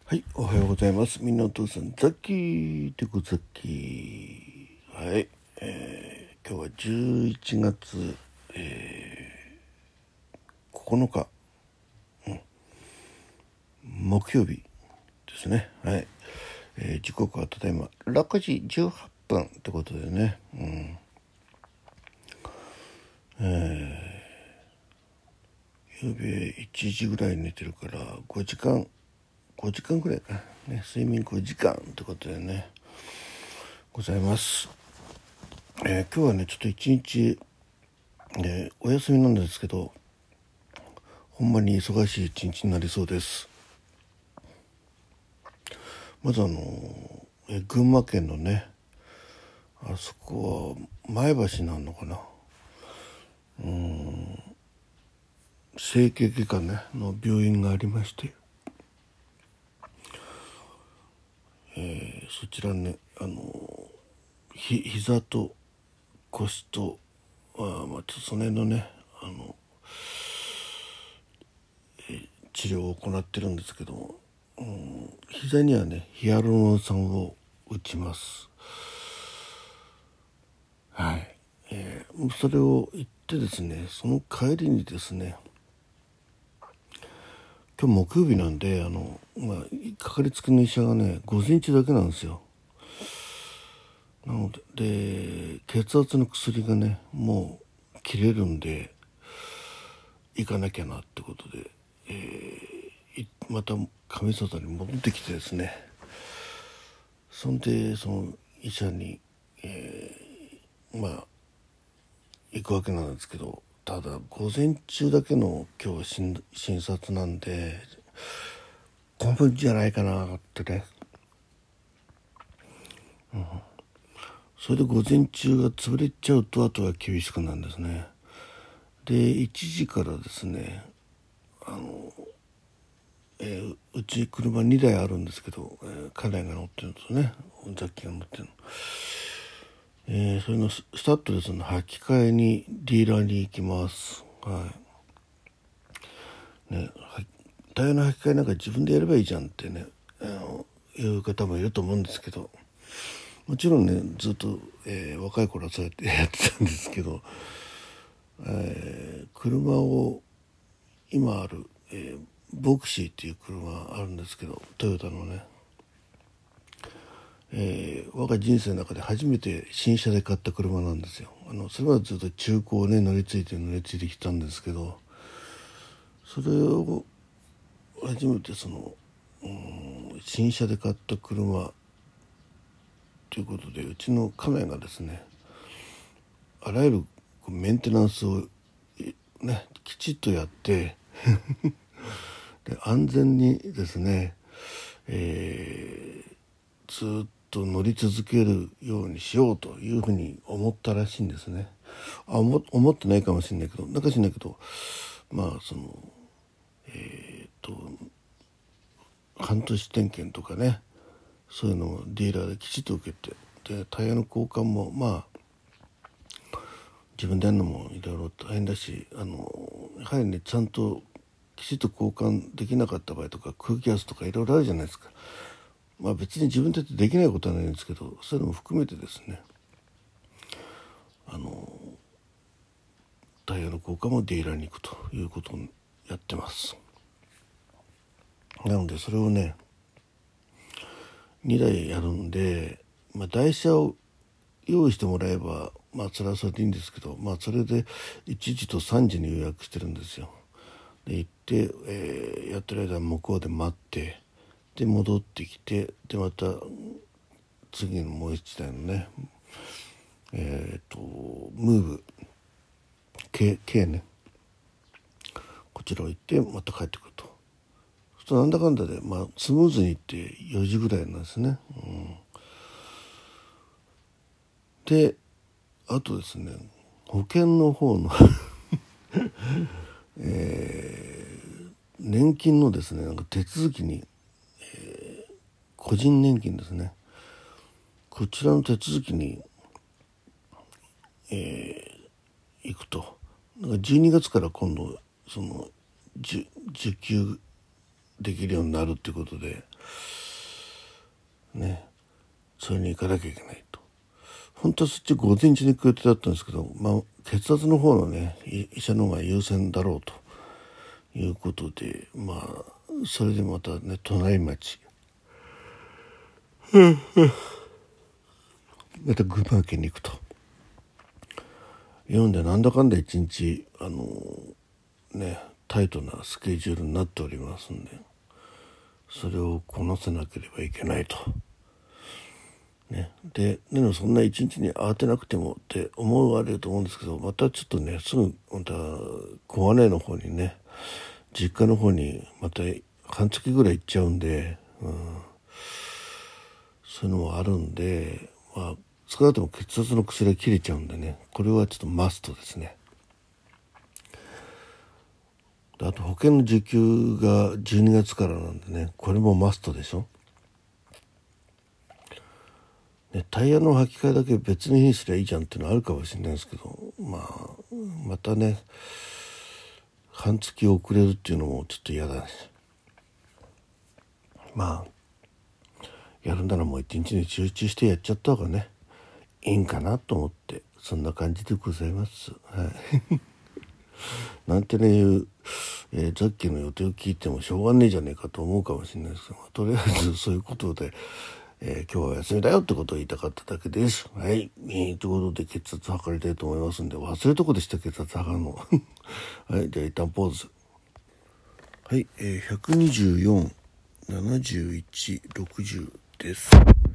はい、おはようございます。みんなお父さん、ザッキーテクザッキー。はい、今日は11月、9日、木曜日ですね。はい、時刻はただいま6時18分ってことでね。ゆうべ1時ぐらいに寝てるから5時間ぐらいかな。ね、睡眠5時間ってことでね、ございます。今日はね、ちょっと一日、お休みなんですけど、ほんまに忙しい一日になりそうです。まず群馬県のね、あそこは前橋なんのかな、整形外科ねの病院がありまして、そちらね、膝と腰と、ちょっとその辺のね、治療を行ってるんですけども、膝にはねヒアルロン酸を打ちます。はい、それを言ってですね、その帰りにですね、今日木曜日なんで、かかりつけの医者がね午前中だけなんですよ。なので血圧の薬がねもう切れるんで行かなきゃなってことで、また上里に戻ってきてですね、そんでその医者に、行くわけなんですけど、ただ午前中だけの今日診察なんで混むんじゃないかなってね、それで午前中が潰れちゃうとあとは厳しくなるんですね。で1時からですね、うち車2台あるんですけど、家内が乗ってるんですね、ザッキーが乗ってるの。それのスタッドレスの履き替えにディーラーに行きます。ね、タイヤの履き替えなんか自分でやればいいじゃんってね、いう方もいると思うんですけど、もちろんねずっと、若い頃はそうやってやってたんですけど、車を今ある、ボクシーっていう車があるんですけど、トヨタのね、我が人生の中で初めて新車で買った車なんですよ。それはずっと中古をね乗り継いできたんですけど、それを初めて新車で買った車ということで、うちの家内がですね、あらゆるメンテナンスをねきちっとやってで安全にですね、ずっと乗り続けるようにしようというふうに思ったらしいんですね。思ってないかもしれないけど、なんか知らないけど、半年点検とかね、そういうのをディーラーできちっと受けて、でタイヤの交換も自分でやるのもいろいろ大変だし、やはりねちゃんときちっと交換できなかった場合とか空気圧とかいろいろあるじゃないですか。別に自分でできないことはないんですけど、そういうのも含めてですね、タイヤの交換もディーラーに行くということをやってます。なのでそれをね2台やるんで、台車を用意してもらえばそれはそれでいいんですけど、それで1時と3時に予約してるんですよ。で行って、やってる間向こうで待って、で戻ってきて、でまた次のもう一台のね、ムーブ K ね、こちらを行ってまた帰ってくると。そうするとなんだかんだで、スムーズにいって4時ぐらいなんですね。であとですね、保険の方の年金のですね、なんか手続きに、個人年金ですね、こちらの手続きに、行くと。なんか12月から今度その受給できるようになるっていうことでね、それに行かなきゃいけないと。本当はそっち午前中に行く予定だったんですけど、血圧の方のね医者の方が優先だろうということで、それでまたね隣町また群馬県に行くと読んで、なんだかんだ一日タイトなスケジュールになっておりますんで、それをこなせなければいけないと。でもそんな一日に慌てなくてもって思われると思うんですけど、またちょっとねすぐまた小金井の方にね、実家の方にまた半月ぐらい行っちゃうんで、そういうのもあるんで、少なくとも血圧の薬が切れちゃうんでね、これはちょっとマストですね。あと保険の受給が12月からなんでね、これもマストでしょ。タイヤの履き替えだけ別の日にすりゃいいじゃんっていうのはあるかもしれないですけど、またね半月遅れるっていうのもちょっと嫌だし、やるならもう一日に集中してやっちゃった方がねいいんかなと思って、そんな感じでございます。なんてねさっきの予定を聞いてもしょうがねえじゃねえかと思うかもしれないですけど、とりあえずそういうことで、今日は休みだよってことを言いたかっただけです。はい、ということで血圧測りたいと思いますんで、忘れるとこでした、血圧測るのはい、じゃあ一旦ポーズ。はい、124、71、60です。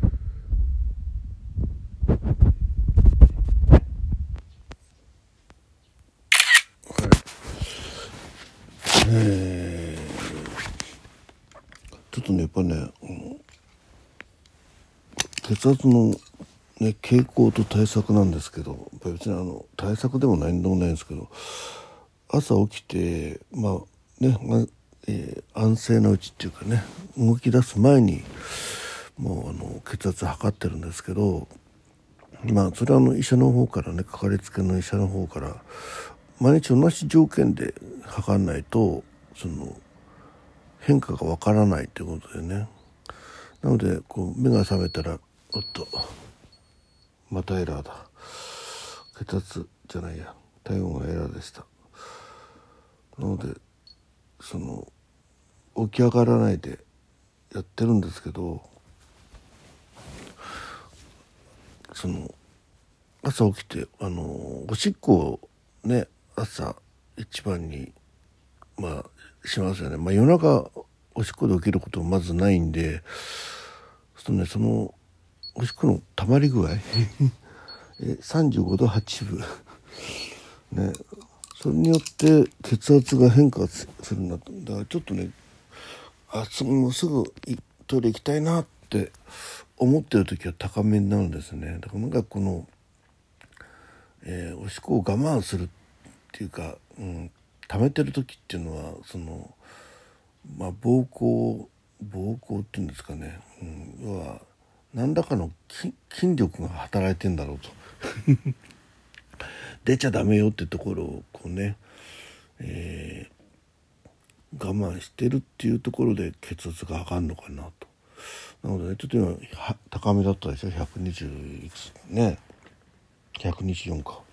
ちょっとねやっぱね、血圧の傾向と対策なんですけど、別に対策でも何でもないんですけど、朝起きて安静なうちっていうかね、動き出す前にもう血圧測ってるんですけど、それは医者の方からね、かかりつけの医者の方から毎日同じ条件で測らないとその変化がわからないということでね、なので目が覚めたらおっとまたエラーだ、血圧じゃないや、体温がエラーでした。なので起き上がらないでやってるんですけど、朝起きておしっこをね朝一番にしますよね。夜中おしっこで起きることもまずないんで、そのおしっこの溜まり具合35度8分ね、それによって血圧が変化するんだと。だからちょっとねもうすぐトイレ行きたいなって思ってる時は高めになるんですね。だからおしっこを我慢するっていうか、溜めてる時っていうのは膀胱っていうんですかね、要は何らかの筋力が働いてんだろうと出ちゃダメよってところを我慢してるっていうところで血圧が上がるのかなと。なのでね、ちょっと今高めだったでしょ、120いくつね、124か。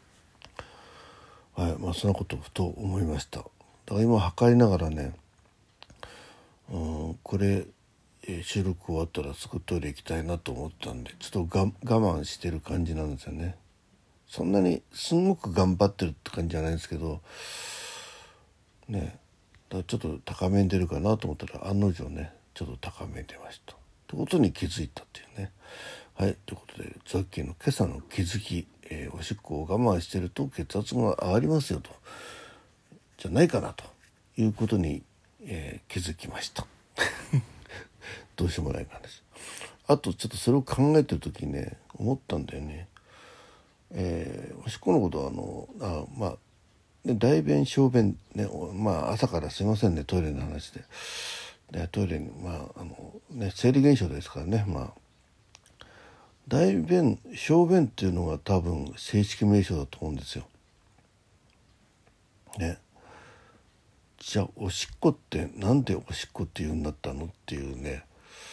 はい、そんなことふと思いました。だから今測りながらね、これ、収録終わったらすぐトイレ行きたいなと思ったんで、ちょっと我慢してる感じなんですよね。そんなにすごく頑張ってるって感じじゃないんですけどね、だからちょっと高めに出るかなと思ったら案の定ねちょっと高めに出ましたということに気づいたっていうね。はい、ということでさっきの今朝の気づき、おしっこを我慢してると血圧が上がりますよとじゃないかなということに、気づきましたどうしようもない感じです。あとちょっとそれを考えてる時にね思ったんだよね。おしっこのことは大便小便ね、朝からすいませんねトイレの話でトイレに生理現象ですからね、大便小便っていうのが多分正式名称だと思うんですよね。 じゃあおしっこってなんでおしっこって言うんだったのっていうね、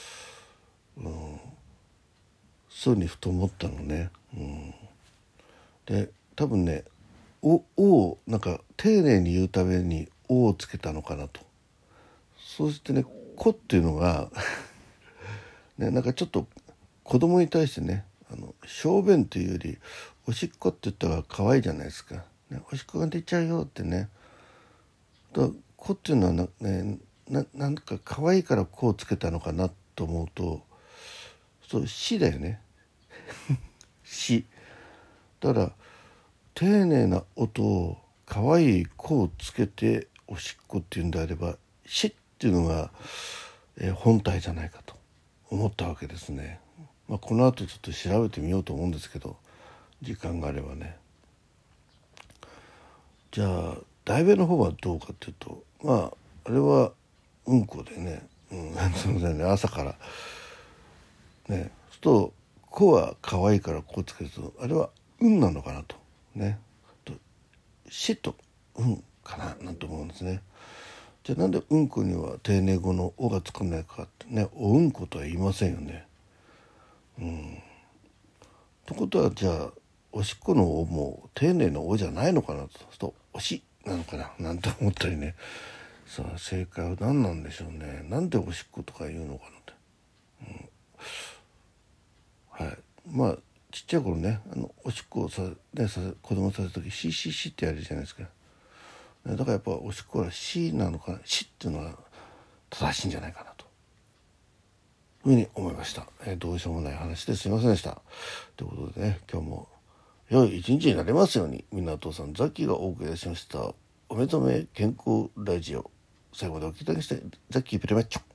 そういうふうにふと思ったのね。で多分ねおをなんか丁寧に言うために「お」をつけたのかなと。そうしてね「こ」っていうのがね、なんかちょっと子供に対してね小便というよりおしっこって言ったら可愛いじゃないですか、ね、おしっこが出ちゃうよってね。だからこっていうのはなんか可愛いからこうつけたのかなと思うと、そう死だよね死だから、丁寧な音を可愛いこをつけておしっこっていうんであれば死っていうのが、本体じゃないかと思ったわけですね。この後ちょっと調べてみようと思うんですけど、時間があればね。じゃあ題名の方はどうかっていうと、あれはうんこでね、すみませんね、朝からね、そうすると「こ」は可愛いからこうつけると、あれはうんなのかなとね、としとうんかななんて思うんですね。じゃあなんでうんこには丁寧語の「お」がつかないかってね、おうんことは言いませんよね。ということはじゃあおしっこの「お」も丁寧な「お」じゃないのかなと、そうすると「おし」なのかななんて思ったりね。さあ正解は何なんでしょうね。なんでおしっことか言うのかなって、はい。ちっちゃい頃ねおしっこを子供させる時シーシーシーってやるじゃないですか。だからやっぱおしっこはシーなのかな、シーっていうのが正しいんじゃないかなというふうに思いました。どうしようもない話ですいませんでした。ということでね、今日も良い一日になりますように、みんなお父さんザッキーがお送りいたしましたお目覚め健康ラジオ、最後までお聞きいただきましてザッキープレマッチョ。